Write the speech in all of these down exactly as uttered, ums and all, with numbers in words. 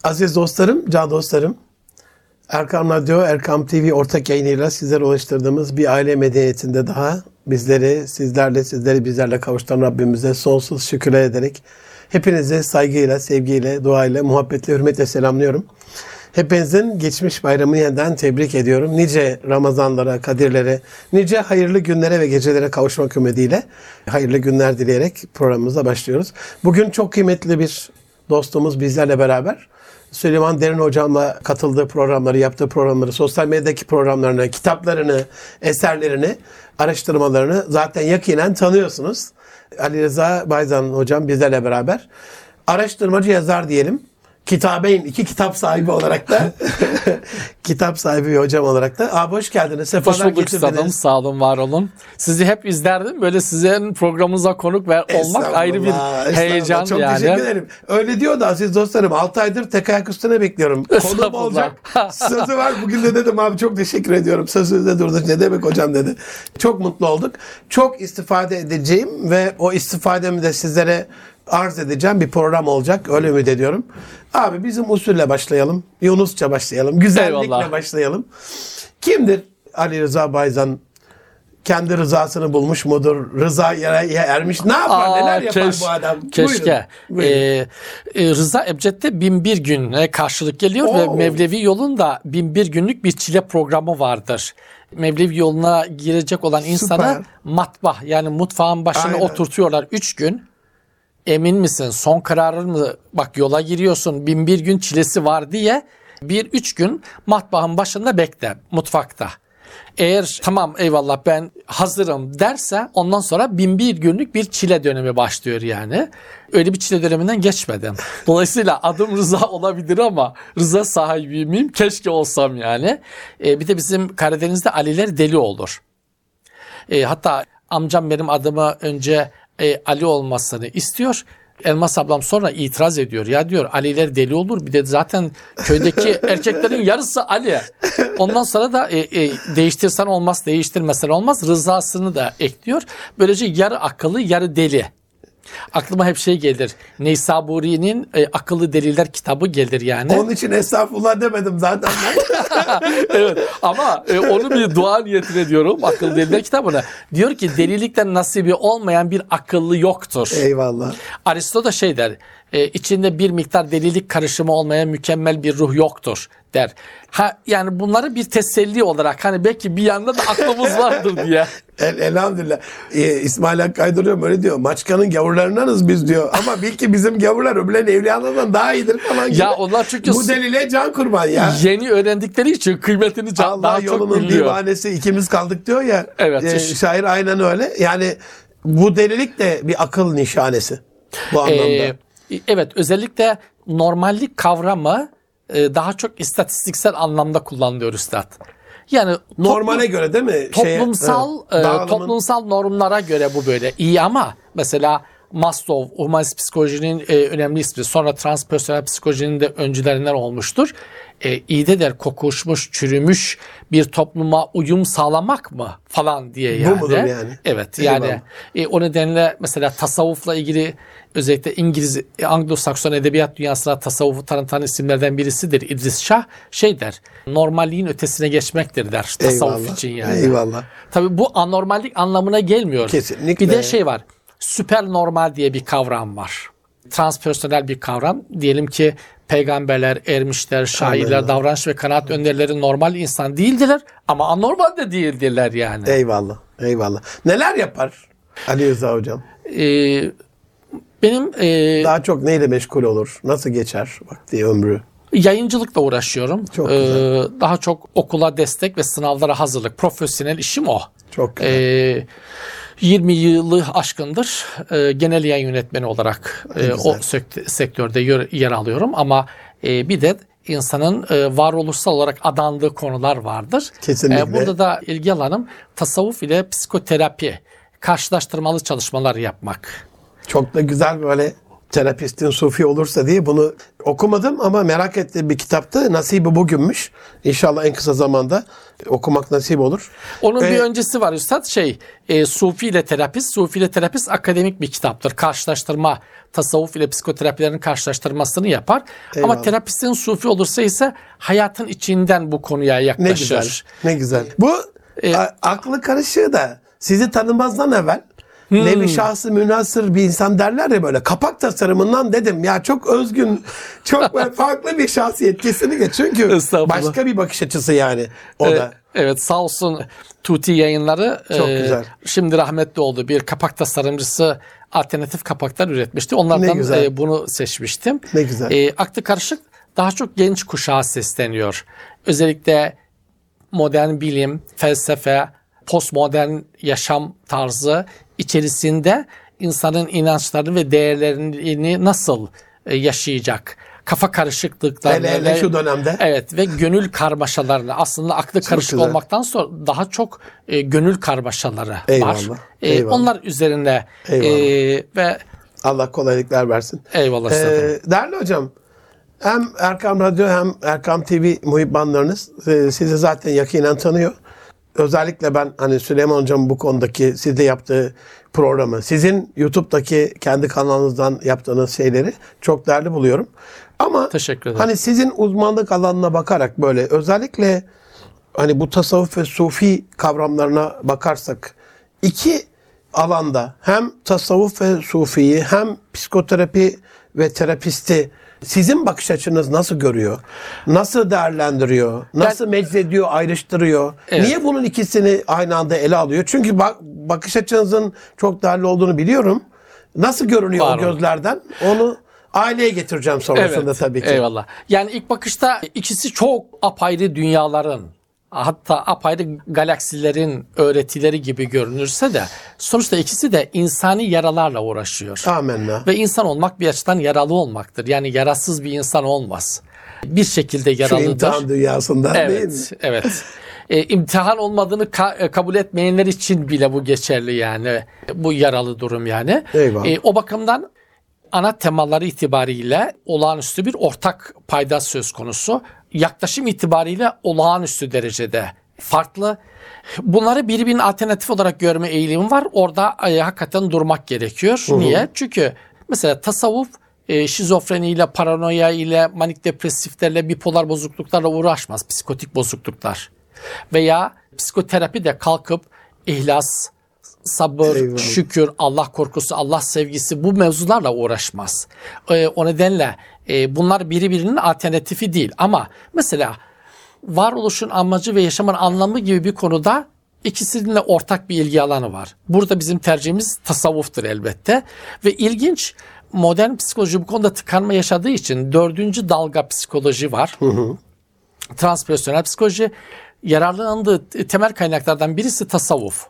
Aziz dostlarım, can dostlarım, Erkam Radyo, Erkam T V ortak yayınıyla sizlere ulaştırdığımız bir aile medeniyetinde daha bizleri, sizlerle, sizleri bizlerle kavuşturan Rabbimize sonsuz şükürler ederek hepinizi saygıyla, sevgiyle, duayla, muhabbetle, hürmetle selamlıyorum. Hepinizin geçmiş bayramını yeniden tebrik ediyorum. Nice Ramazanlara, Kadirlere, nice hayırlı günlere ve gecelere kavuşmak ümidiyle hayırlı günler dileyerek programımıza başlıyoruz. Bugün çok kıymetli bir dostumuz bizlerle beraber. Süleyman Derin Hocam'la katıldığı programları, yaptığı programları, sosyal medyadaki programlarını, kitaplarını, eserlerini, araştırmalarını zaten yakinen tanıyorsunuz. Ali Rıza Bayzan Hocam bizlerle beraber. Araştırmacı yazar diyelim. Kitabeyn, iki kitap sahibi olarak da kitap sahibi bir hocam olarak da. Abi hoş geldiniz. Sefalar hoş bulduk getirdiniz. üstadım. Sağ olun, var olun. Sizi hep izlerdim. Böyle sizin programınıza konuk ve olmak ayrı bir heyecan çok yani. Çok teşekkür ederim. Öyle diyor da aziz dostlarım, altı aydır tek ayak üstüne bekliyorum. Konum olacak. Sözü var. Bugün de dedim abi çok teşekkür ediyorum. Sözünüzde durduk. Ne demek hocam dedi. Çok mutlu olduk. Çok istifade edeceğim ve o istifademi de sizlere arz edeceğim bir program olacak. Öyle ümit ediyorum. Abi bizim usulle başlayalım. Yunusça başlayalım. Güzellikle Eyvallah. başlayalım. Kimdir Ali Rıza Bayzan? Kendi rızasını bulmuş mudur? Rıza'ya ermiş. Ne yapar? Aa, neler yapar keş, bu adam? Keşke. Buyurun. Buyurun. Ee, Rıza Ebced'de bin bir güne karşılık geliyor Oo. ve Mevlevi Yol'unda bin bir günlük bir çile programı vardır. Mevlevi Yol'una girecek olan insana Süper. matbah yani mutfağın başına Aynen. oturtuyorlar üç gün. Emin misin? Son kararın mı? Bak yola giriyorsun. Bin bir gün çilesi var diye bir üç gün matbaanın başında bekle mutfakta. Eğer tamam eyvallah ben hazırım derse ondan sonra bin bir günlük bir çile dönemi başlıyor yani. Öyle bir çile döneminden geçmedim. Dolayısıyla adım Rıza olabilir ama Rıza sahibi miyim? Keşke olsam yani. Ee, bir de bizim Karadeniz'de Aliler deli olur. Ee, hatta amcam benim adımı önce E, Ali olmasını istiyor. Elmas ablam sonra itiraz ediyor. Ya diyor Aliler deli olur. Bir de zaten köydeki erkeklerin yarısı Ali. Ondan sonra da e, e, değiştirsen olmaz, değiştirmesen olmaz. Rızasını da ekliyor. Böylece yarı akıllı, yarı deli. Aklıma hep şey gelir. Neysaburi'nin e, Akıllı Deliler kitabı gelir yani. Onun için estağfurullah demedim zaten. Evet ama e, onu bir dua niyetine diyorum Akıllı Deliler kitabına. Diyor ki delilikten nasibi olmayan bir akıllı yoktur. Eyvallah. Aristo da şey der. E, içinde bir miktar delilik karışımı olmayan mükemmel bir ruh yoktur der. Ha yani bunları bir teselli olarak hani belki bir yanda da aklımız vardır diye. El, elhamdülillah. Ee, İsmail Hakkı Aydırıyorum öyle diyor. Maçkanın gavurlarındanız biz diyor. Ama bil ki bizim gavurlar öbürlerin evliyalarından daha iyidir falan gibi. Ya onlar çünkü bu deliyle can kurban ya. Yeni öğrendikleri için kıymetini can, Allah daha çok biliyor. Allah yolunun divanesi ikimiz kaldık diyor ya. Evet. E, şair aynen öyle. Yani bu delilik de bir akıl nişanesi bu anlamda. Ee, evet özellikle normallik kavramı e, daha çok istatistiksel anlamda kullanılıyor üstad. Yani normale toplum, göre değil mi? Toplumsal Şeye, e, toplumsal normlara göre bu böyle iyi ama mesela Maslow, humanist psikolojinin e, önemli ismi. Sonra transpersonel psikolojinin de öncülerinden olmuştur. E, iyi de der kokuşmuş, çürümüş bir topluma uyum sağlamak mı falan diye yani. Bu mudur yani? Evet yani e, o nedenle mesela tasavvufla ilgili özellikle İngiliz, Anglo-Sakson edebiyat dünyasına tasavvufu tanıtan isimlerden birisidir İdris Şah. Şey der, normalliğin ötesine geçmektir der tasavvuf Eyvallah. için yani. Eyvallah. Tabii bu anormallik anlamına gelmiyor. Kesinlikle. Bir de şey var. Süper normal diye bir kavram var. Transpersonel bir kavram. Diyelim ki peygamberler, ermişler, şairler, Aynen. davranış ve kanaat önderleri normal insan değildiler ama anormal de değildiler yani. Eyvallah. Eyvallah. Neler yapar Ali Rıza hocam? Ee, benim e, daha çok neyle meşgul olur? Nasıl geçer vakti, ömrü? Yayıncılıkla uğraşıyorum. Çok güzel. Ee, daha çok okula destek ve sınavlara hazırlık. Profesyonel işim o. Çok güzel. Ee, yirmi yılı aşkındır e, genel yayın yönetmeni olarak e, o sekt- sektörde yer, yer alıyorum ama e, bir de insanın e, varoluşsal olarak adandığı konular vardır. Kesinlikle. E, burada da ilgi alanım tasavvuf ile psikoterapi, karşılaştırmalı çalışmalar yapmak. Çok da güzel böyle terapistin sufi olursa diye bunu okumadım ama merak ettiğim bir kitaptı. Nasibi bugünmüş. İnşallah en kısa zamanda okumak nasip olur. Onun Ee, bir öncesi var üstad şey e, Sufi ile terapist. Sufi ile terapist akademik bir kitaptır. Karşılaştırma, tasavvuf ile psikoterapilerin karşılaştırmasını yapar. Eyvallah. Ama terapistin Sufi olursa ise hayatın içinden bu konuya Ne yaklaşır. güzel. Ne güzel. Bu Ee, a- aklı karışığı da sizi tanımazdan evvel ne bir şahsı münhasır bir insan derler ya böyle kapak tasarımından dedim ya çok özgün, çok böyle farklı bir şahsiyet kesinlikle. Çünkü Estağfurullah. başka bir bakış açısı yani o Ee, da. Evet sağ olsun Tuti Yayınları Çok e, güzel. şimdi rahmetli oldu. Bir kapak tasarımcısı alternatif kapaklar üretmişti. Ne Onlardan güzel. e, bunu seçmiştim. Ne güzel. E, aklı karışık daha çok genç kuşağa sesleniyor. Özellikle modern bilim, felsefe, postmodern yaşam tarzı içerisinde insanın inançlarını ve değerlerini nasıl e, yaşayacak? Kafa karışıklıklarını Hele hele ve- şu dönemde. Evet ve gönül karmaşalarını aslında aklı karışık güzel. olmaktan sonra daha çok e, gönül karmaşaları var. Eyvallah, E, eyvallah. Onlar üzerine e, Eyvallah. ve Allah kolaylıklar versin. eyvallah. Ee, değerli hocam, hem Erkam Radyo hem Erkam T V muhibbanlarınız e, sizi zaten yakinen tanıyor. Özellikle ben hani Süleyman Hocam bu konudaki sizde yaptığı programı, sizin YouTube'daki kendi kanalınızdan yaptığınız şeyleri çok değerli buluyorum. Ama Teşekkür ederim. hani sizin uzmanlık alanına bakarak böyle özellikle hani bu tasavvuf ve sufi kavramlarına bakarsak iki alanda hem tasavvuf ve sufiyi hem psikoterapi ve terapisti sizin bakış açınız nasıl görüyor? Nasıl değerlendiriyor? Nasıl meczediyor, ayrıştırıyor? Evet. Niye bunun ikisini aynı anda ele alıyor? Çünkü bak, bakış açınızın çok değerli olduğunu biliyorum. Nasıl görünüyor Var o olun. gözlerden? Onu aileye getireceğim sonrasında tabii ki. Eyvallah. Yani ilk bakışta ikisi çok apayrı dünyaların, hatta apayrı galaksilerin öğretileri gibi görünürse de sonuçta ikisi de insani yaralarla uğraşıyor. Amenna. Ve insan olmak bir açıdan yaralı olmaktır. Yani yarasız bir insan olmaz. Bir şekilde Şu yaralıdır. imtihan dünyasında değil mi? Evet, evet. E, imtihan olmadığını ka- e, kabul etmeyenler için bile bu geçerli yani. Bu yaralı durum yani. Eyvallah. E, o bakımdan ana temaları itibariyle olağanüstü bir ortak paydaş söz konusu. Yaklaşım itibariyle olağanüstü derecede farklı. Bunları birbirinin alternatif olarak görme eğilimi var. Orada e, hakikaten durmak gerekiyor. Niye? Çünkü mesela tasavvuf e, şizofreniyle, paranoya ile, manik depresiflerle, bipolar bozukluklarla uğraşmaz. Psikotik bozukluklar. Veya psikoterapi de kalkıp ihlas, sabır, Eyvallah. şükür, Allah korkusu, Allah sevgisi bu mevzularla uğraşmaz. E, o nedenle e, bunlar birbirinin alternatifi değil. Ama mesela varoluşun amacı ve yaşamın anlamı gibi bir konuda ikisinin de ortak bir ilgi alanı var. Burada bizim tercihimiz tasavvuftur elbette. Ve ilginç, modern psikoloji bu konuda tıkanma yaşadığı için dördüncü dalga psikoloji var. Hı hı. Transpersonel psikoloji yararlandığı temel kaynaklardan birisi tasavvuf.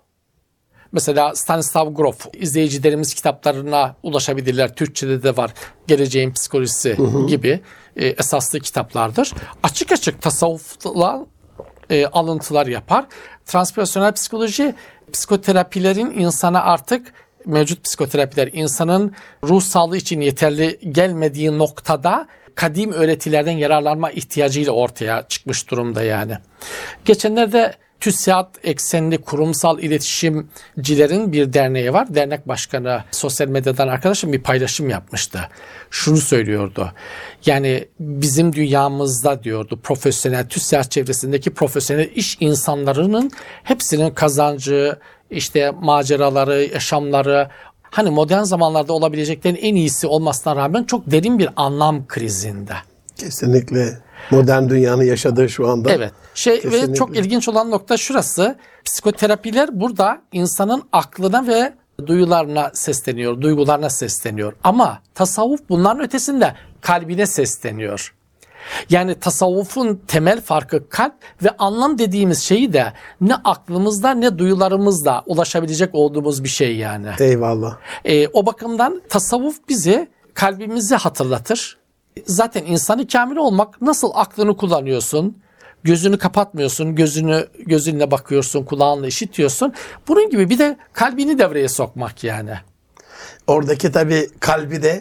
Mesela Stanislav Grof, izleyicilerimiz kitaplarına ulaşabilirler. Türkçe'de de var. Geleceğin Psikolojisi hı hı. gibi e, esaslı kitaplardır. Açık açık tasavvufla e, alıntılar yapar. Transpersonel psikoloji, psikoterapilerin insana artık mevcut psikoterapiler insanın ruh sağlığı için yeterli gelmediği noktada kadim öğretilerden yararlanma ihtiyacıyla ortaya çıkmış durumda yani. Geçenlerde TÜSİAD eksenli kurumsal iletişimcilerin bir derneği var. Dernek başkanı sosyal medyadan arkadaşım bir paylaşım yapmıştı. Şunu söylüyordu. Yani bizim dünyamızda diyordu profesyonel TÜSİAD çevresindeki profesyonel iş insanlarının hepsinin kazancı, işte maceraları, yaşamları hani modern zamanlarda olabileceklerin en iyisi olmasına rağmen çok derin bir anlam krizinde. Kesinlikle modern dünyanın yaşadığı şu anda. Evet. Şey Kesinlikle. ve çok ilginç olan nokta şurası. Psikoterapiler burada insanın aklına ve duyularına sesleniyor, duygularına sesleniyor. Ama tasavvuf bunların ötesinde kalbine sesleniyor. Yani tasavvufun temel farkı kalp ve anlam dediğimiz şeyi de ne aklımızda ne duyularımızla ulaşabilecek olduğumuz bir şey yani. Eyvallah. Ee, o bakımdan tasavvuf bizi kalbimizi hatırlatır. Zaten insanı kamil olmak nasıl aklını kullanıyorsun, gözünü kapatmıyorsun, gözünü gözünle bakıyorsun, kulağınla işitiyorsun. Bunun gibi bir de kalbini devreye sokmak yani. Oradaki tabii kalbi de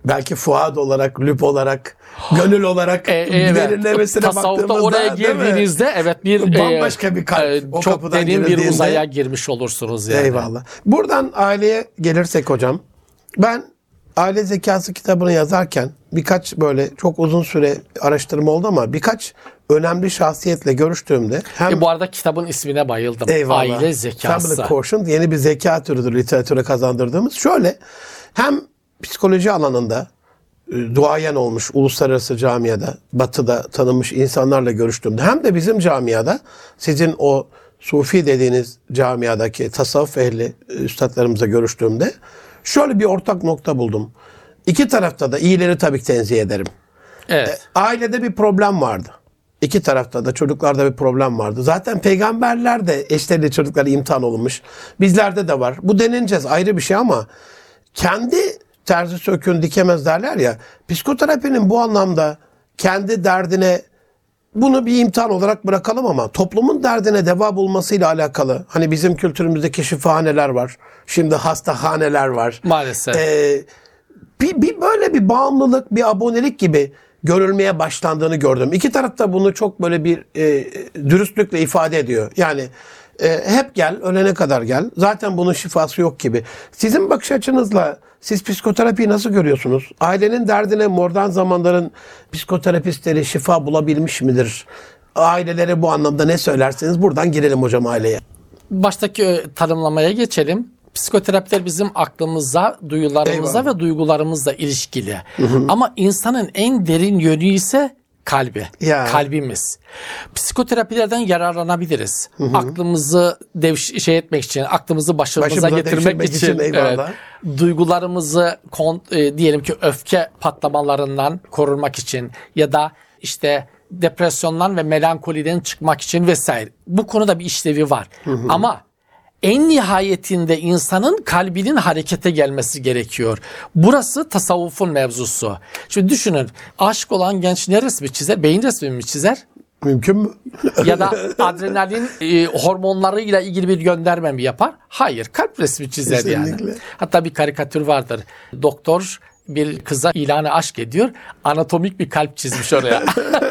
belki fuad olarak, lüp olarak, gönül olarak e, evet. derinlemesine Tasavvufta baktığımızda oraya girdiğinizde evet bir bambaşka bir kalp. E, o çok derin bir uzaya girmiş olursunuz yani. Eyvallah. Buradan aileye gelirsek hocam, ben Aile Zekası kitabını yazarken birkaç böyle çok uzun süre araştırma oldu ama birkaç önemli şahsiyetle görüştüğümde hem e bu arada kitabın ismine bayıldım. Eyvallah. Aile Zekası. Family Quotient yeni bir zeka türüdür literatüre kazandırdığımız. Şöyle hem psikoloji alanında e, duayen olmuş uluslararası camiada, batıda tanınmış insanlarla görüştüğümde hem de bizim camiada sizin o Sufi dediğiniz camiadaki tasavvuf ehli üstadlarımızla görüştüğümde şöyle bir ortak nokta buldum. İki tarafta da iyileri tabii ki tenzih ederim. Evet. E, ailede bir problem vardı. İki tarafta da çocuklarda bir problem vardı. Zaten peygamberler de eşleriyle çocukları imtihan olunmuş. Bizlerde de var. Bu deneneceğiz ayrı bir şey ama kendi terzi sökün dikemez derler ya. Psikoterapinin bu anlamda kendi derdine bunu bir imtihan olarak bırakalım ama toplumun derdine deva bulmasıyla alakalı. Hani bizim kültürümüzdeki şifahaneler var. Şimdi hastahaneler var. Maalesef. Ee, bir, bir böyle bir bağımlılık, bir abonelik gibi görülmeye başlandığını gördüm. İki taraf da bunu çok böyle bir e, dürüstlükle ifade ediyor. Yani e, hep gel, ölene kadar gel. Zaten bunun şifası yok gibi. Sizin bakış açınızla siz psikoterapiyi nasıl görüyorsunuz? Ailenin derdine modern zamanların psikoterapistleri şifa bulabilmiş midir? Ailelere bu anlamda ne söylerseniz buradan girelim hocam aileye. Baştaki tanımlamaya geçelim. Psikoterapiler bizim aklımıza, duyularımıza Eyvallah. ve duygularımızla ilişkili. Hı hı. Ama insanın en derin yönü ise kalbi, ya. kalbimiz. Psikoterapilerden yararlanabiliriz. Hı hı. Aklımızı devş- şey etmek için, aklımızı başımıza, Başımıza getirmek için, için evet, duygularımızı kon- e, diyelim ki öfke patlamalarından korunmak için ya da işte depresyondan ve melankoliden çıkmak için vesaire. Bu konuda bir işlevi var. Hı hı. Ama en nihayetinde insanın kalbinin harekete gelmesi gerekiyor. Burası tasavvufun mevzusu. Şimdi düşünün, aşık olan genç ne resmi çizer? Beyin resmi mi çizer? Mümkün mü? Ya da adrenalin e, hormonlarıyla ilgili bir gönderme mi yapar? Hayır, kalp resmi çizer Kesinlikle. yani. Hatta bir karikatür vardır. Doktor bir kıza ilanı aşk ediyor. Anatomik bir kalp çizmiş oraya.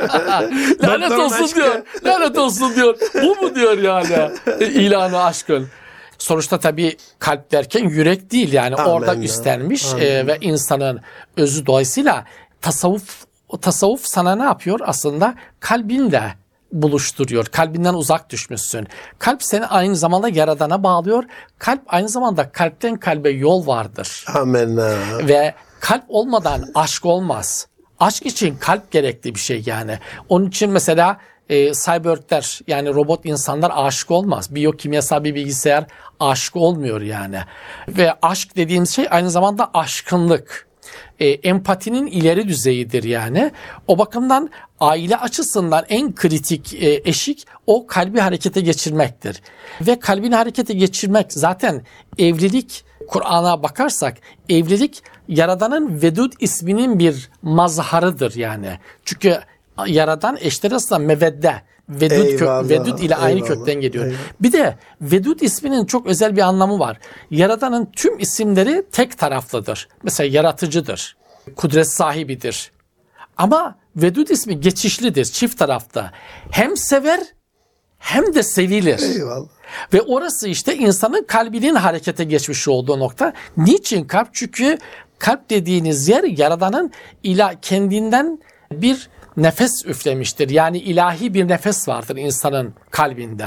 Lanet olsun aşkı. diyor. Lanet olsun diyor. Bu mu diyor yani? İlanı aşkın. Sonuçta tabii kalp derken yürek değil yani. Amen Orada ya. üstlenmiş e, ve insanın özü dolayısıyla tasavvuf tasavvuf sana ne yapıyor aslında? Kalbinle buluşturuyor. Kalbinden uzak düşmüşsün. Kalp seni aynı zamanda Yaradan'a bağlıyor. Kalp aynı zamanda kalpten kalbe yol vardır. Amen. Ve kalp olmadan aşk olmaz. Aşk için kalp gerekli bir şey yani. Onun için mesela e, cyborgler yani robot insanlar aşık olmaz. Biyokimyasal bir bilgisayar aşık olmuyor yani. Ve aşk dediğimiz şey aynı zamanda aşkınlık. E, empatinin ileri düzeyidir yani. O bakımdan aile açısından en kritik e, eşik o kalbi harekete geçirmektir. Ve kalbini harekete geçirmek zaten evlilik, Kur'an'a bakarsak evlilik Yaradan'ın Vedud isminin bir mazharıdır yani. Çünkü Yaradan eşler arasında mevedde, Vedud, kök, Vedud ile aynı eyvallah, kökten geliyor. eyvallah. Bir de Vedud isminin çok özel bir anlamı var. Yaradan'ın tüm isimleri tek taraflıdır. Mesela yaratıcıdır, kudret sahibidir. Ama Vedud ismi geçişlidir, çift tarafta. Hem sever hem de sevilir. Eyvallah. Ve orası işte insanın kalbinin harekete geçmiş olduğu nokta. Niçin kalp? Çünkü kalp dediğiniz yer Yaradan'ın ila kendinden bir nefes üflemiştir. Yani ilahi bir nefes vardır insanın kalbinde.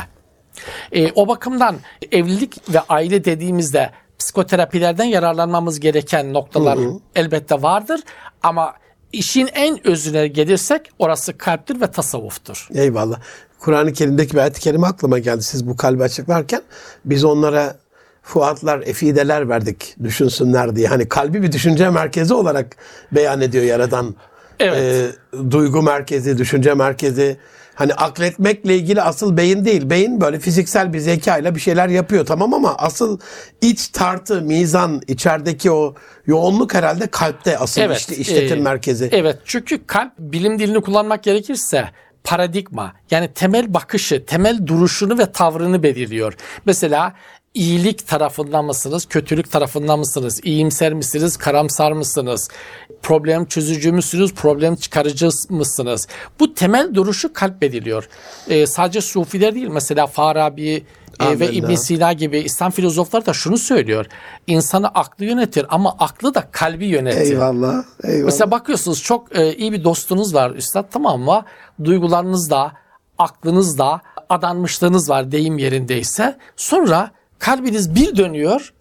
E, o bakımdan evlilik ve aile dediğimizde psikoterapilerden yararlanmamız gereken noktalar hı hı. elbette vardır. Ama işin en özüne gelirsek orası kalptir ve tasavvuftur. Eyvallah. Kur'an-ı Kerim'deki bir ayet-i kerime aklıma geldi siz bu kalbi açıklarken. Biz onlara fuatlar, efideler verdik düşünsünler diye. Hani kalbi bir düşünce merkezi olarak beyan ediyor Yaradan. Evet. E, duygu merkezi, düşünce merkezi. Hani akletmekle ilgili asıl beyin değil. Beyin böyle fiziksel bir zekayla bir şeyler yapıyor tamam ama asıl iç tartı, mizan, içerideki o yoğunluk herhalde kalpte asıl evet, işte işletim e, merkezi. Evet çünkü kalp bilim dilini kullanmak gerekirse paradigma yani temel bakışı, temel duruşunu ve tavrını belirliyor. Mesela iyilik tarafından mısınız, kötülük tarafından mısınız, iyimser misiniz, karamsar mısınız, problem çözücü müsünüz, problem çıkarıcı mısınız? Bu temel duruşu kalbediliyor. Ee, sadece Sufiler değil, mesela Farabi e, ve İbn Sina gibi İslam filozofları da şunu söylüyor. İnsanı aklı yönetir ama aklı da kalbi yönetir. Eyvallah, eyvallah. Mesela bakıyorsunuz çok e, iyi bir dostunuz var üstad, tamam mı? Duygularınız da, aklınız da, adanmışlığınız var deyim yerindeyse. Sonra kalbiniz bir dönüyor.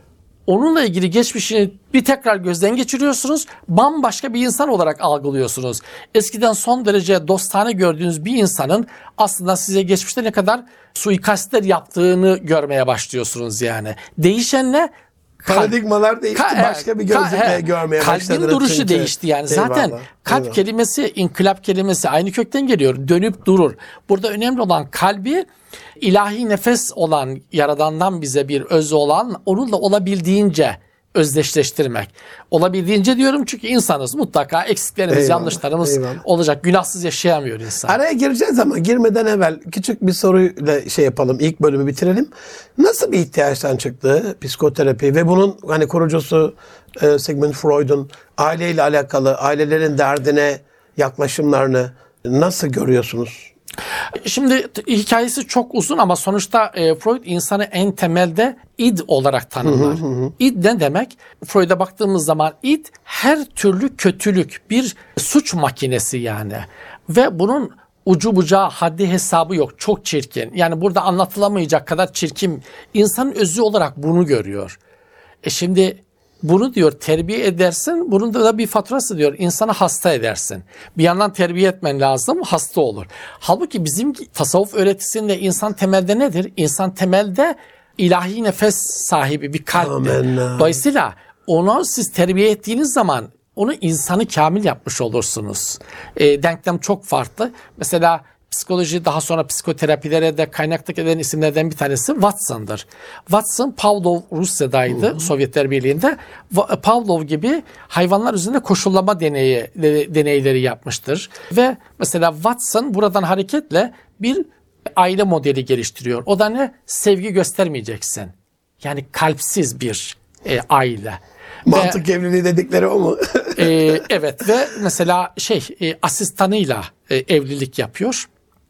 Onunla ilgili geçmişini bir tekrar gözden geçiriyorsunuz. Bambaşka bir insan olarak algılıyorsunuz. Eskiden son derece dostane gördüğünüz bir insanın aslında size geçmişte ne kadar suikastler yaptığını görmeye başlıyorsunuz yani. Değişen ne? Paradigmalar değişti. Ka- başka bir gözlükle görmeye başladınız. Kalbin duruşu çünkü değişti yani. Eyvallah, zaten kalp eyvallah. kelimesi, inkılap kelimesi aynı kökten geliyor. Dönüp durur. Burada önemli olan kalbi, ilahi nefes olan, Yaradan'dan bize bir özü olan, onunla olabildiğince özdeşleştirmek. Olabildiğince diyorum çünkü insanız. Mutlaka eksiklerimiz, eyvallah, yanlışlarımız eyvallah. olacak. Günahsız yaşayamıyor insan. Araya gireceğiz ama girmeden evvel küçük bir soruyla şey yapalım. İlk bölümü bitirelim. Nasıl bir ihtiyaçtan çıktı psikoterapi ve bunun hani kurucusu e, Sigmund Freud'un aileyle alakalı, ailelerin derdine yaklaşımlarını nasıl görüyorsunuz? Şimdi hikayesi çok uzun ama sonuçta e, Freud insanı en temelde id olarak tanımlar. Hı hı hı. İd ne demek? Freud'a baktığımız zaman id her türlü kötülük, bir suç makinesi yani. Ve bunun ucu bucağı, haddi hesabı yok. Çok çirkin. Yani burada anlatılamayacak kadar çirkin. İnsanın özü olarak bunu görüyor. E şimdi bunu diyor terbiye edersin, bunun da bir faturası diyor. İnsanı hasta edersin. Bir yandan terbiye etmen lazım, hasta olur. Halbuki bizim tasavvuf öğretisinde insan temelde nedir? İnsan temelde ilahi nefes sahibi bir kalptir. Dolayısıyla onu siz terbiye ettiğiniz zaman onu insanı kamil yapmış olursunuz. E, denklem çok farklı. Mesela psikoloji daha sonra psikoterapilere de kaynaklık eden isimlerden bir tanesi Watson'dır. Watson, Pavlov Rusya'daydı, uh-huh. Sovyetler Birliği'nde. Pavlov gibi hayvanlar üzerinde koşullama deneyi, deneyleri yapmıştır. Ve mesela Watson buradan hareketle bir aile modeli geliştiriyor. O da ne? Sevgi göstermeyeceksin. Yani kalpsiz bir e, aile. Mantık ve, evliliği dedikleri o mu? e, evet ve mesela şey e, asistanıyla e, evlilik yapıyor.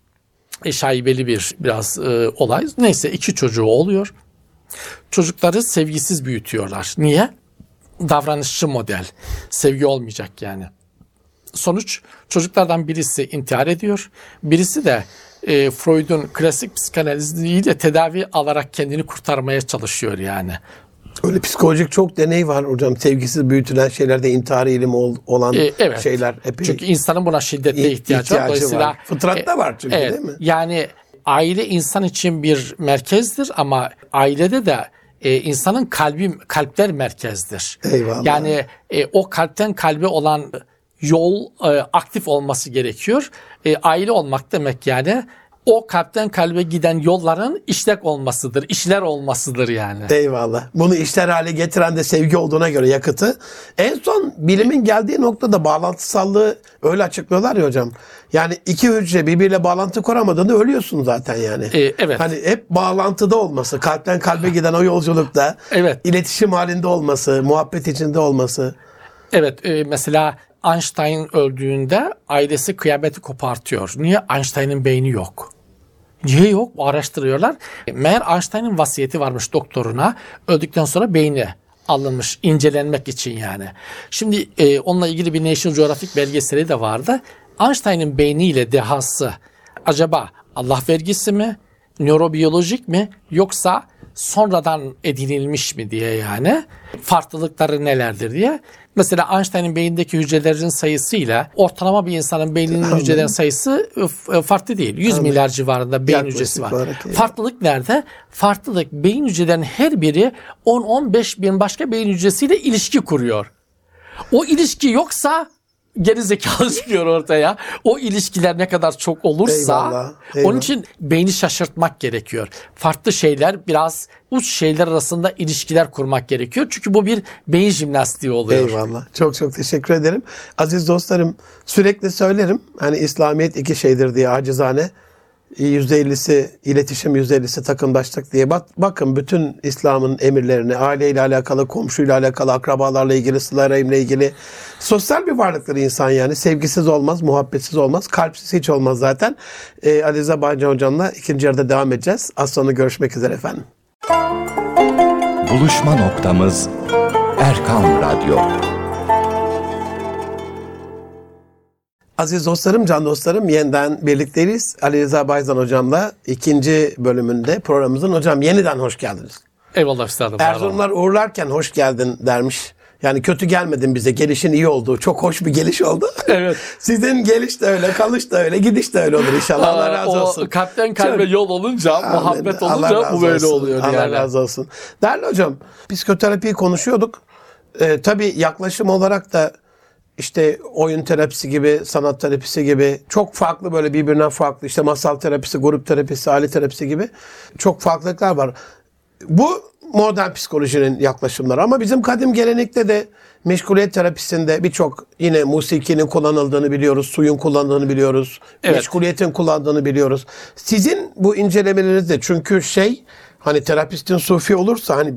E, şaibeli bir biraz e, olay. Neyse iki çocuğu oluyor. Çocukları sevgisiz büyütüyorlar. Niye? Davranışçı model. Sevgi olmayacak yani. Sonuç çocuklardan birisi intihar ediyor. Birisi de e, Freud'un klasik psikanaliziyle tedavi alarak kendini kurtarmaya çalışıyor yani. Öyle psikolojik çok deney var hocam. Sevgisiz büyütülen şeylerde intihar eğilimi olan ee, evet. şeyler. Epey çünkü insanın buna şiddetle ihtiyacı, ihtiyacı var. Dolayısıyla, var. Fıtratta e, var çünkü evet, değil mi? Yani aile insan için bir merkezdir ama ailede de e, insanın kalbi, kalpler merkezdir. Eyvallah. Yani e, o kalpten kalbe olan yol e, aktif olması gerekiyor. E, aile olmak demek yani o kalpten kalbe giden yolların işlek olmasıdır, işler olmasıdır yani. Eyvallah. Bunu işler hale getiren de sevgi olduğuna göre yakıtı. En son bilimin geldiği noktada bağlantısallığı öyle açıklıyorlar ya hocam. Yani iki hücre birbiriyle bağlantı kuramadığında ölüyorsun zaten yani. Ee, evet. Hani hep bağlantıda olması, kalpten kalbe giden o yolculukta evet. iletişim halinde olması, muhabbet içinde olması. Evet, e, mesela Einstein öldüğünde ailesi kıyameti kopartıyor. Niye? Einstein'ın beyni yok. Niye yok? Araştırıyorlar. Meğer Einstein'ın vasiyeti varmış doktoruna. Öldükten sonra beyni alınmış incelenmek için yani. Şimdi e, onunla ilgili bir National Geographic belgeseli de vardı. Einstein'ın beyniyle dehası acaba Allah vergisi mi, nörobiyolojik mi yoksa sonradan edinilmiş mi diye yani farklılıkları nelerdir diye. Mesela Einstein'ın beynindeki hücrelerin sayısıyla ortalama bir insanın beyninin Anladım. hücrelerin sayısı farklı değil. yüz Anladım. milyar civarında beyin Yaklaşık hücresi var. Yani. Farklılık nerede? Farklılık beyin hücrelerinin her biri on on beş bin başka beyin hücresiyle ilişki kuruyor. O ilişki yoksa geri zekalı çıkıyor ortaya. O ilişkiler ne kadar çok olursa eyvallah, eyvallah. Onun için beyni şaşırtmak gerekiyor. Farklı şeyler, biraz uç şeyler arasında ilişkiler kurmak gerekiyor. Çünkü bu bir beyin jimnastiği oluyor. Eyvallah. Çok çok teşekkür ederim. Aziz dostlarım, sürekli söylerim. Hani İslamiyet iki şeydir diye acizane. yüzde ellisi iletişim, yüzde ellisi takımdaşlık diye. Bak, bakın bütün İslam'ın emirlerini, aileyle alakalı, komşuyla alakalı, akrabalarla ilgili, sıla rahimle ilgili. Sosyal bir varlıktır insan yani. Sevgisiz olmaz, muhabbetsiz olmaz, kalpsiz hiç olmaz zaten. Ee, Ali Rıza Bağcan Hocam'la ikinci yarıda devam edeceğiz. Az sonra görüşmek üzere efendim. Buluşma noktamız Erkam Radyo. Aziz dostlarım, can dostlarım, yeniden birlikteyiz. Ali Rıza Bayzan Hocam'la ikinci bölümünde programımızın. Hocam yeniden hoş geldiniz. Eyvallah üstadım. Erzurumlar uğurlarken hoş geldin dermiş. Yani kötü gelmedin bize. Gelişin iyi oldu. Çok hoş bir geliş oldu. Evet. Sizin geliş de öyle, kalış da öyle, gidiş de öyle olur inşallah. Allah razı olsun. O kalpten kalbe Çok... yol olunca, Amin. muhabbet Allah olunca bu böyle olsun. oluyor Allah yani. razı olsun. Değerli hocam, psikoterapiyi konuşuyorduk. Ee, tabii yaklaşım olarak da İşte oyun terapisi gibi, sanat terapisi gibi çok farklı, böyle birbirinden farklı, işte masal terapisi, grup terapisi, aile terapisi gibi çok farklılıklar var. Bu modern psikolojinin yaklaşımları ama bizim kadim gelenekte de meşguliyet terapisinde birçok, yine musikinin kullanıldığını biliyoruz, suyun kullanıldığını biliyoruz, evet. meşguliyetin kullandığını biliyoruz. Sizin bu incelemelerinizde, çünkü şey, hani terapistin sufi olursa, hani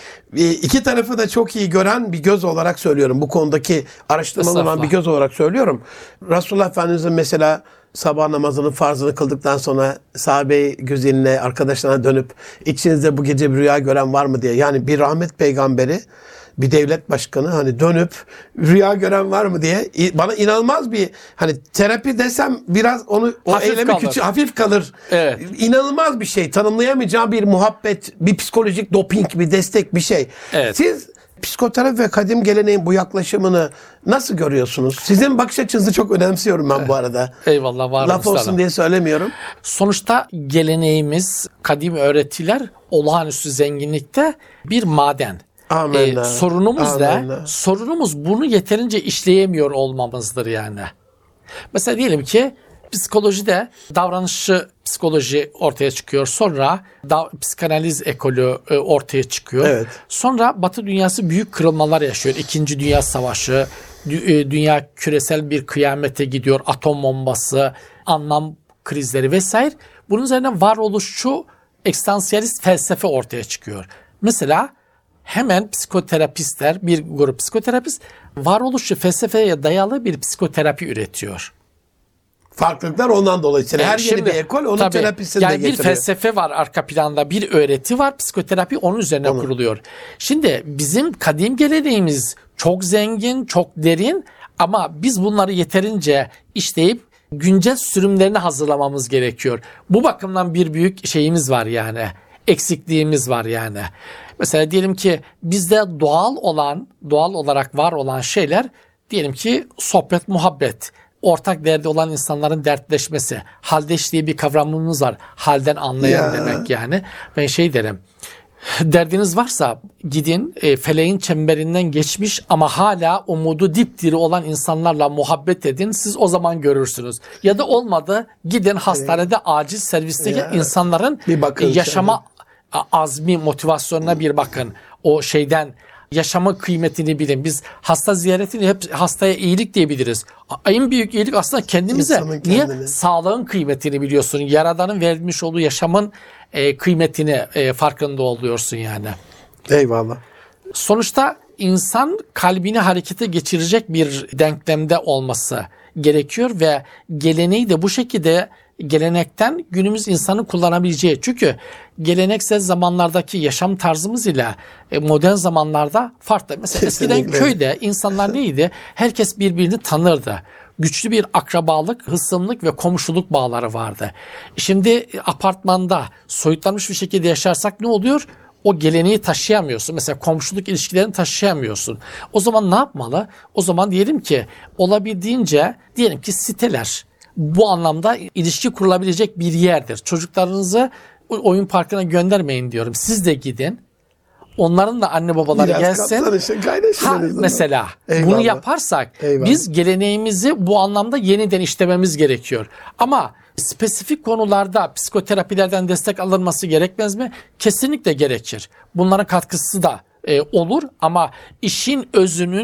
iki tarafı da çok iyi gören bir göz olarak söylüyorum. Bu konudaki araştırmalı olan bir göz olarak söylüyorum. Resulullah Efendimiz'in mesela sabah namazının farzını kıldıktan sonra sahabe-i güzeline, arkadaşlarına dönüp içinizde bu gece bir rüya gören var mı diye. Yani bir rahmet peygamberi, bir devlet başkanı hani dönüp rüya gören var mı diye, bana inanılmaz bir, hani terapi desem biraz onu o hafif eylemi kalır. küçük hafif kalır. Evet. İnanılmaz bir şey. Tanımlayamayacağım bir muhabbet, bir psikolojik doping, bir destek, bir şey. Evet. Siz psikoterapi ve kadim geleneğin bu yaklaşımını nasıl görüyorsunuz? Sizin bakış açınızı çok önemsiyorum ben bu arada. Eyvallah, var Laf olsun diye söylemiyorum. Sonuçta geleneğimiz, kadim öğretiler olağanüstü zenginlikte bir maden. Amenna. Ee, sorunumuz da, Amenna. sorunumuz bunu yeterince işleyemiyor olmamızdır yani. Mesela diyelim ki psikolojide davranışçı psikoloji ortaya çıkıyor. Sonra da, psikanaliz ekolü e, ortaya çıkıyor. Evet. Sonra Batı dünyası büyük kırılmalar yaşıyor. İkinci Dünya Savaşı, dü- e, dünya küresel bir kıyamete gidiyor. Atom bombası, anlam krizleri vesaire. Bunun üzerine varoluşçu ekstansiyalist felsefe ortaya çıkıyor. Mesela hemen psikoterapistler, bir grup psikoterapist varoluşçu felsefeye dayalı bir psikoterapi üretiyor. Farklılıklar ondan dolayı. Her Yani yeni şimdi, bir ekol onun tabii, terapisini yani de getiriyor. bir felsefe var arka planda, bir öğreti var, psikoterapi onun üzerine Onu. kuruluyor. Şimdi bizim kadim geleneğimiz çok zengin, çok derin ama biz bunları yeterince işleyip güncel sürümlerini hazırlamamız gerekiyor. Bu bakımdan bir büyük şeyimiz var yani. Eksikliğimiz var yani. Mesela diyelim ki bizde doğal olan, doğal olarak var olan şeyler, diyelim ki sohbet, muhabbet, ortak derdi olan insanların dertleşmesi, haldeş diye bir kavramımız var. Halden anlayan Ya. demek yani. Ben şey derim, derdiniz varsa gidin e, feleğin çemberinden geçmiş ama hala umudu dipdiri olan insanlarla muhabbet edin. Siz o zaman görürsünüz. Ya da olmadı, gidin hastanede acil servisteki Ya. insanların Bir bakın e, yaşama azmi, motivasyonuna bir bakın. O şeyden yaşama kıymetini bilin. Biz hasta ziyaretini hep hastaya iyilik diyebiliriz. En büyük iyilik aslında kendimize. İnsanın Niye? kendine. Sağlığın kıymetini biliyorsun. Yaradanın vermiş olduğu yaşamın e, kıymetini e, farkında oluyorsun yani. Eyvallah. Sonuçta insan kalbini harekete geçirecek bir denklemde olması gerekiyor ve geleneği de bu şekilde, gelenekten günümüz insanı kullanabileceği. Çünkü geleneksel zamanlardaki yaşam tarzımız ile modern zamanlarda farklı. Mesela Kesinlikle. eskiden köyde insanlar neydi? Herkes birbirini tanırdı. Güçlü bir akrabalık, hısımlık ve komşuluk bağları vardı. Şimdi apartmanda soyutlanmış bir şekilde yaşarsak ne oluyor? O geleneği taşıyamıyorsun. Mesela komşuluk ilişkilerini taşıyamıyorsun. O zaman ne yapmalı? O zaman diyelim ki olabildiğince, diyelim ki siteler bu anlamda ilişki kurulabilecek bir yerdir. Çocuklarınızı oyun parkına göndermeyin diyorum. Siz de gidin. Onların da anne babaları Biraz gelsin. kaptanışın, kaynaşın Ha, en azından. mesela Eyvallah. bunu yaparsak Eyvallah. biz geleneğimizi bu anlamda yeniden işlememiz gerekiyor. Ama spesifik konularda psikoterapilerden destek alınması gerekmez mi? Kesinlikle gerekir. Bunların katkısı da e, olur ama işin özünün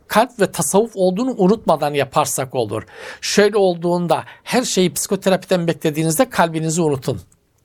kalp ve tasavvuf olduğunu unutmadan yaparsak olur. Şöyle olduğunda her şeyi psikoterapiden beklediğinizde kalbinizi unutun.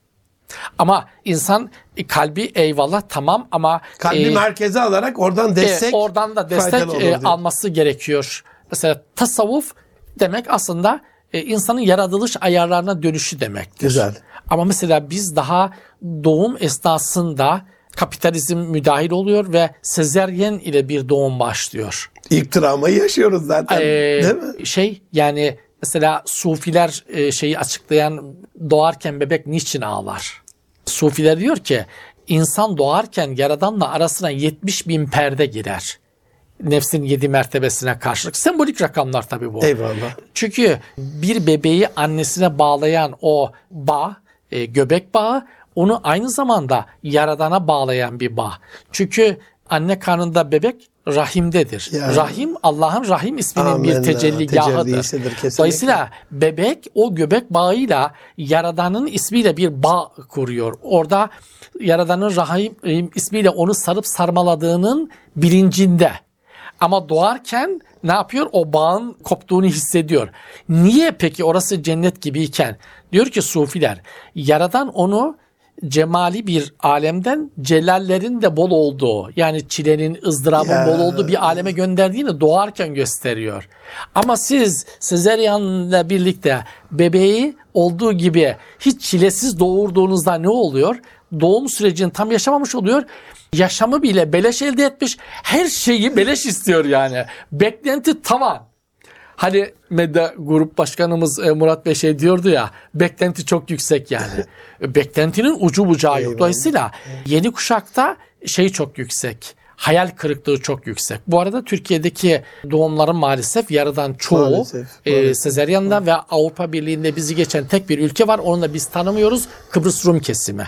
Ama insan e, kalbi eyvallah tamam ama kalbi e, merkeze alarak oradan destek e, oradan da destek e, alması gerekiyor. Mesela tasavvuf demek aslında e, insanın yaratılış ayarlarına dönüşü demektir. Güzel. Ama mesela biz daha doğum esnasında kapitalizm müdahil oluyor ve sezeryen ile bir doğum başlıyor. İlk travmayı yaşıyoruz zaten. Ee, değil mi? Şey yani mesela Sufiler e, şeyi açıklayan doğarken bebek niçin ağlar? Sufiler diyor ki insan doğarken Yaradan'la arasına yetmiş bin perde girer. Nefsin yedi mertebesine karşılık. Sembolik rakamlar tabii bu. Eyvallah. Çünkü bir bebeği annesine bağlayan o bağ, e, göbek bağı, onu aynı zamanda Yaradan'a bağlayan bir bağ. Çünkü anne karnında bebek rahimdedir. Yani. Rahim Allah'ın Rahim isminin Amenna, bir tecelligahıdır. tecellisidir kesinlikle. Dolayısıyla bebek o göbek bağıyla Yaradan'ın ismiyle bir bağ kuruyor. Orada Yaradan'ın Rahim ismiyle onu sarıp sarmaladığının bilincinde. Ama doğarken ne yapıyor? O bağın koptuğunu hissediyor. Niye peki orası cennet gibiyken? Diyor ki Sufiler, Yaradan onu cemali bir alemden celallerin de bol olduğu, yani çilenin, ızdırabın Ya. bol olduğu bir aleme gönderdiğini doğarken gösteriyor. Ama siz sezeryanla birlikte bebeği olduğu gibi hiç çilesiz doğurduğunuzda ne oluyor? Doğum sürecini tam yaşamamış oluyor. Yaşamı bile beleş elde etmiş. Her şeyi beleş istiyor yani. Beklenti tavan. Hani Medya Grup Başkanımız Murat Bey şey diyordu ya, beklenti çok yüksek yani. Beklentinin ucu bucağı yok. Eyvallah. Dolayısıyla yeni kuşakta şey çok yüksek. Hayal kırıklığı çok yüksek. Bu arada Türkiye'deki doğumların maalesef yarıdan çoğu Maalesef, e, maalesef. sezeryanla ve Avrupa Birliği'nde bizi geçen tek bir ülke var. Onu da biz tanımıyoruz. Kıbrıs Rum kesimi.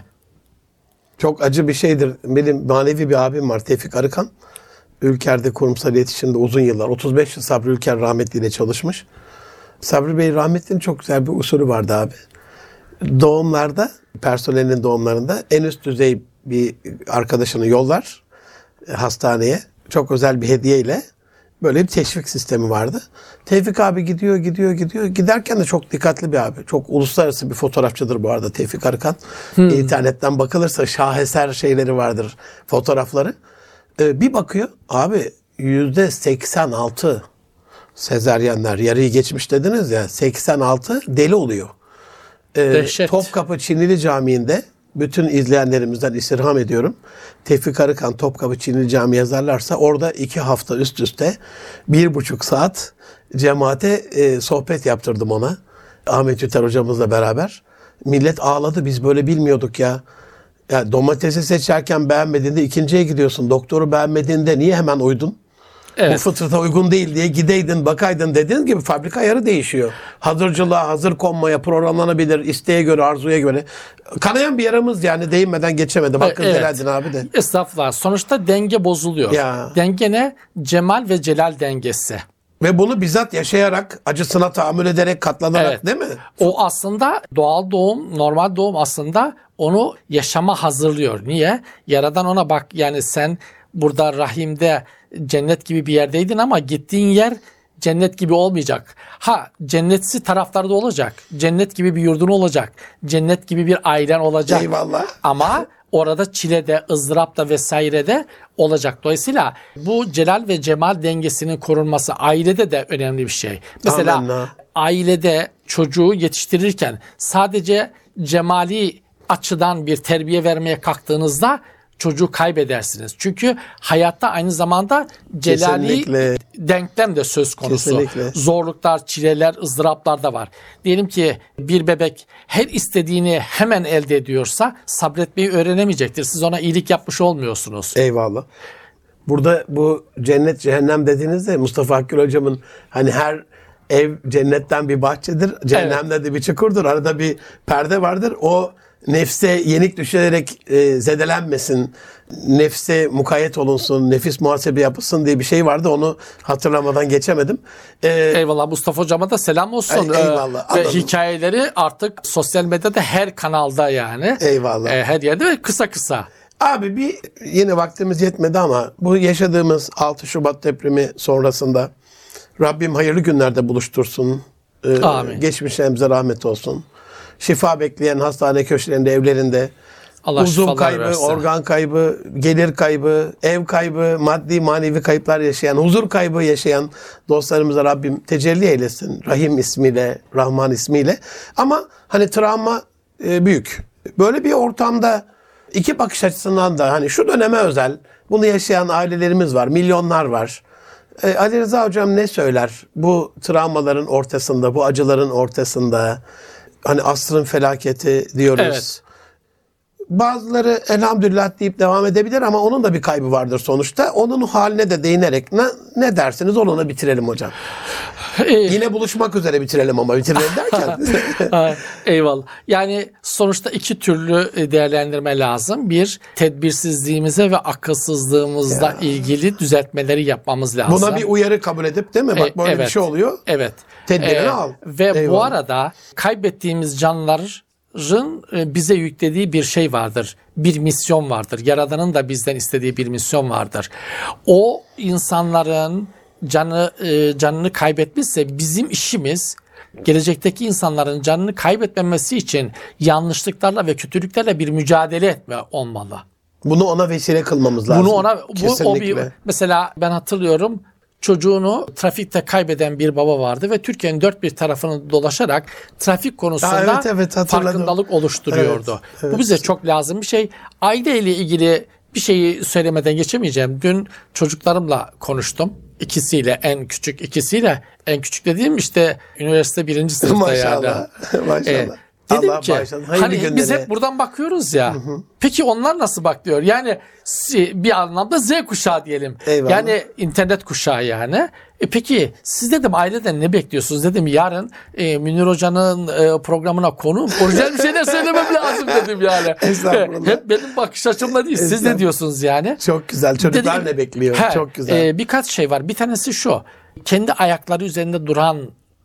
Çok acı bir şeydir. Benim manevi bir abim var, Tevfik Arıkan. Ülker'de kurumsal iletişimde uzun yıllar, otuz beş yıl Sabri Ülker rahmetli ile çalışmış. Sabri Bey rahmetlinin çok güzel bir usulü vardı abi. Doğumlarda, personelin doğumlarında en üst düzey bir arkadaşını yollar hastaneye. Çok özel bir hediyeyle böyle bir teşvik sistemi vardı. Tevfik abi gidiyor, gidiyor, gidiyor. Giderken de çok dikkatli bir abi. Çok uluslararası bir fotoğrafçıdır bu arada Tevfik Arıkan. Hmm. İnternetten bakılırsa şaheser şeyleri vardır, fotoğrafları. Ee, bir bakıyor abi yüzde seksen altı sezeryenler, yarıyı geçmiş dediniz ya, seksen altı deli oluyor. Ee, Topkapı Çinili Camii'nde bütün izleyenlerimizden istirham ediyorum. Tevfik Arıkan Topkapı Çinili Camii yazarlarsa orada iki hafta üst üste bir buçuk saat cemaate e, sohbet yaptırdım ona. Ahmet Yüter hocamızla beraber. Millet ağladı, biz böyle bilmiyorduk ya. Ya domatesi seçerken beğenmediğinde ikinciye gidiyorsun. Doktoru beğenmediğinde niye hemen uydun? Evet. Bu fıtrata uygun değil diye gideydin, bakaydın dediğiniz gibi fabrika ayarı değişiyor. Hazırcılığa, hazır konmaya programlanabilir, isteğe göre, arzuya göre. Kanayan bir yaramız yani, değinmeden geçemedim. Hakkını evet. helal edin abi de. Estağfurullah. Sonuçta denge bozuluyor. Ya. Denge ne? Cemal ve celal dengesi. Ve bunu bizzat yaşayarak, acısına tahammül ederek, katlanarak Evet. değil mi? O aslında doğal doğum, normal doğum aslında onu yaşama hazırlıyor. Niye? Yaradan ona bak, yani sen burada rahimde cennet gibi bir yerdeydin ama gittiğin yer cennet gibi olmayacak. Ha, cennetsi taraflarda olacak. Cennet gibi bir yurdun olacak. Cennet gibi bir ailen olacak. Eyvallah. Ama orada çilede, ızdırapta vesairede olacak. Dolayısıyla bu celal ve cemal dengesinin korunması ailede de önemli bir şey. Mesela Amenna. ailede çocuğu yetiştirirken sadece cemali açıdan bir terbiye vermeye kalktığınızda çocuğu kaybedersiniz. Çünkü hayatta aynı zamanda celali Kesinlikle. denklem de söz konusu. Kesinlikle. Zorluklar, çileler, ızdıraplar da var. Diyelim ki bir bebek her istediğini hemen elde ediyorsa sabretmeyi öğrenemeyecektir. Siz ona iyilik yapmış olmuyorsunuz. Eyvallah. Burada bu cennet cehennem dediğinizde Mustafa Akgül hocamın hani her ev cennetten bir bahçedir, cehennemde evet. de bir çukurdur. Arada bir perde vardır. O nefse yenik düşerek e, zedelenmesin, nefse mukayyet olunsun, nefis muhasebe yapılsın diye bir şey vardı. Onu hatırlamadan geçemedim. Ee, eyvallah, Mustafa hocama da selam olsun. Ey, eyvallah. Ee, ve hikayeleri artık sosyal medyada her kanalda yani. Eyvallah. E, her yerde ve kısa kısa. Abi bir yine vaktimiz yetmedi ama bu yaşadığımız altı Şubat depremi sonrasında Rabbim hayırlı günlerde buluştursun. Ee, Amin. Geçmişlerimize rahmet olsun. Şifa bekleyen hastane köşelerinde, evlerinde Allah uzun şifalar kaybı, versin. organ kaybı, gelir kaybı, ev kaybı, maddi manevi kayıplar yaşayan, huzur kaybı yaşayan dostlarımıza Rabbim tecelli eylesin. Rahim ismiyle, Rahman ismiyle. Ama hani travma e, büyük. Böyle bir ortamda iki bakış açısından da hani şu döneme özel bunu yaşayan ailelerimiz var, milyonlar var. E, Ali Rıza Hocam ne söyler bu travmaların ortasında, bu acıların ortasında? Hani asrın felaketi diyoruz. Evet. Bazıları elhamdülillah deyip devam edebilir ama onun da bir kaybı vardır sonuçta. Onun haline de değinerek ne, ne dersiniz onunla bitirelim hocam. Yine buluşmak üzere bitirelim ama bitirelim derken. Eyvallah. Yani sonuçta iki türlü değerlendirme lazım. Bir, tedbirsizliğimize ve akılsızlığımızla Ya. ilgili düzeltmeleri yapmamız lazım. Buna bir uyarı kabul edip değil mi? Bak E, böyle evet, bir şey oluyor. Evet. Tedbirini al. Ve bu Eyvallah. arada kaybettiğimiz canların e, bize yüklediği bir şey vardır. Bir misyon vardır. Yaradan'ın da bizden istediği bir misyon vardır. O insanların canı e, canını kaybetmişse bizim işimiz gelecekteki insanların canını kaybetmemesi için yanlışlıklarla ve kötülüklerle bir mücadele etme olmalı. Bunu ona vesile kılmamız lazım. Bunu ona bu, o bir, Kesinlikle. mesela ben hatırlıyorum çocuğunu trafikte kaybeden bir baba vardı ve Türkiye'nin dört bir tarafını dolaşarak trafik konusunda Aa, evet, evet, hatırladım. farkındalık oluşturuyordu. Evet, evet. Bu bize çok lazım bir şey. Aileyle ilgili bir şeyi söylemeden geçemeyeceğim. Dün çocuklarımla konuştum. İkisiyle, en küçük ikisiyle. En küçük dediğim işte üniversite birinci sınıfta yani. Maşallah. Maşallah. Ee, Dedim Allah ki bağışlasın. Hayırlı hani günlere. biz hep buradan bakıyoruz ya. Hı hı. Peki onlar nasıl bakıyor? Yani bir anlamda Z kuşağı diyelim. Eyvallah. Yani internet kuşağı yani. E peki siz dedim aileden ne bekliyorsunuz dedim. Yarın e, Münir Hoca'nın e, programına konu orijinal bir şeyler söylemem lazım dedim yani. Estağfurullah. Hep benim bakış açımla değil. Siz ne diyorsunuz yani? Çok güzel. Çocuklar Dedim, ne bekliyor? he, Çok güzel. E, birkaç şey var. Bir tanesi şu. Kendi ayakları üzerinde duran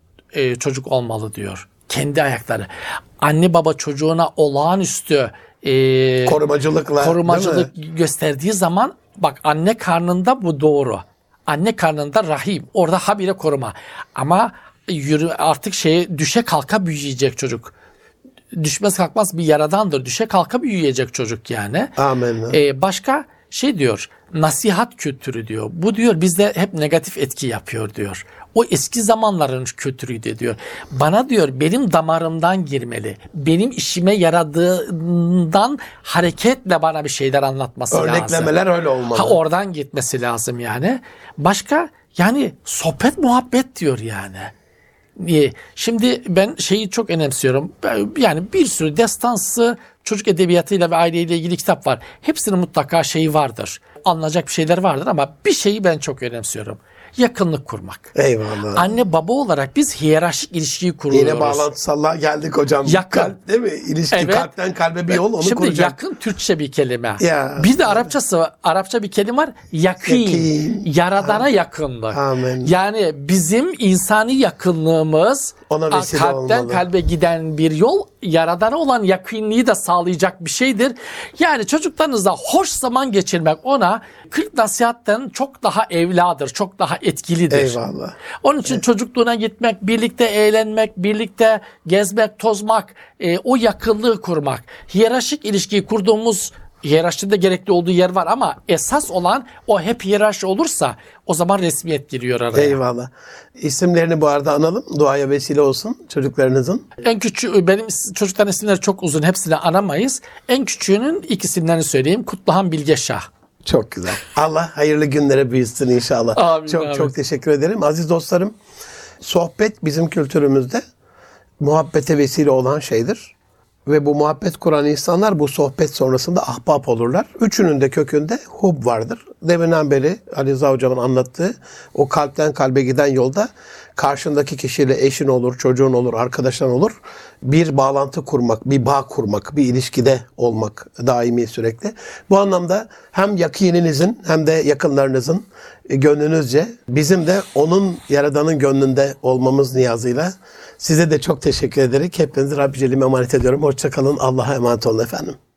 e, çocuk olmalı diyor. Kendi ayakları. Anne baba çocuğuna olağanüstü e, Korumacılıkla. korumacılık gösterdiği zaman bak anne karnında bu doğru. Anne karnında rahim. Orada habire koruma. Ama yürü, artık şeye düşe kalka büyüyecek çocuk. Düşmez kalkmaz bir yaradandır. Düşe kalka büyüyecek çocuk yani. Amin. Ee, başka şey diyor. Nasihat kültürü diyor. Bu diyor bizde hep negatif etki yapıyor diyor. O eski zamanların kültürüydü diyor. Bana diyor benim damarımdan girmeli. Benim işime yaradığından hareketle bana bir şeyler anlatması lazım. Örneklemeler öyle olmalı. Ha oradan gitmesi lazım yani. Başka yani sohbet muhabbet diyor yani. Niye? Şimdi ben şeyi çok önemsiyorum. Yani bir sürü destansı çocuk edebiyatıyla ve aileyle ilgili kitap var. Hepsinin mutlaka şeyi vardır. Anlayacak bir şeyler vardır ama bir şeyi ben çok önemsiyorum. Yakınlık kurmak. Eyvallah. Anne baba olarak biz hiyerarşik ilişkiyi kuruyoruz. Yine bağlantısallığa geldik hocam. Yakın. Kalp değil mi? İlişki Evet. kalpten kalbe bir yol onu Şimdi kuracak. yakın Türkçe bir kelime. Ya. Bir de Arapçası Arapça bir kelime var. Yakın. Yakın. Yaradana yakınlık. Amin. Yani bizim insani yakınlığımız Ona vesile kalpten olmalı. kalbe giden bir yol yaradana olan yakınlığı da sağlayacak bir şeydir. Yani çocuklarınızla hoş zaman geçirmek ona kırk nasihatten çok daha evladır, çok daha etkilidir. Eyvallah. Onun için çocukluğuna gitmek, birlikte eğlenmek, birlikte gezmek, tozmak, e, o yakınlığı kurmak. Hiyerarşik ilişkiyi kurduğumuz hiyerarşide gerekli olduğu yer var ama esas olan o hep hiyerarşi olursa o zaman resmiyet giriyor araya. Eyvallah. İsimlerini bu arada analım. Duaya vesile olsun çocuklarınızın. En küçüğü benim çocukların isimleri çok uzun hepsini anamayız. En küçüğünün ilk isimlerini söyleyeyim. Kutluhan Bilgeşah. Çok güzel. Allah hayırlı günlere büyüsün inşallah. Amin, çok amin. çok teşekkür ederim. Aziz dostlarım, sohbet bizim kültürümüzde muhabbete vesile olan şeydir. Ve bu muhabbet kuran insanlar bu sohbet sonrasında ahbap olurlar. Üçünün de kökünde hub vardır. Deminden beri Ali Rıza Hocam'ın anlattığı o kalpten kalbe giden yolda karşındaki kişiyle eşin olur, çocuğun olur, arkadaşın olur. Bir bağlantı kurmak, bir bağ kurmak, bir ilişkide olmak daimi sürekli. Bu anlamda hem yakininizin hem de yakınlarınızın gönlünüzce bizim de onun Yaradan'ın gönlünde olmamız niyazıyla size de çok teşekkür ederek hepinizi Rabbi Celle'ime emanet ediyorum. Hoşça kalın. Allah'a emanet olun efendim.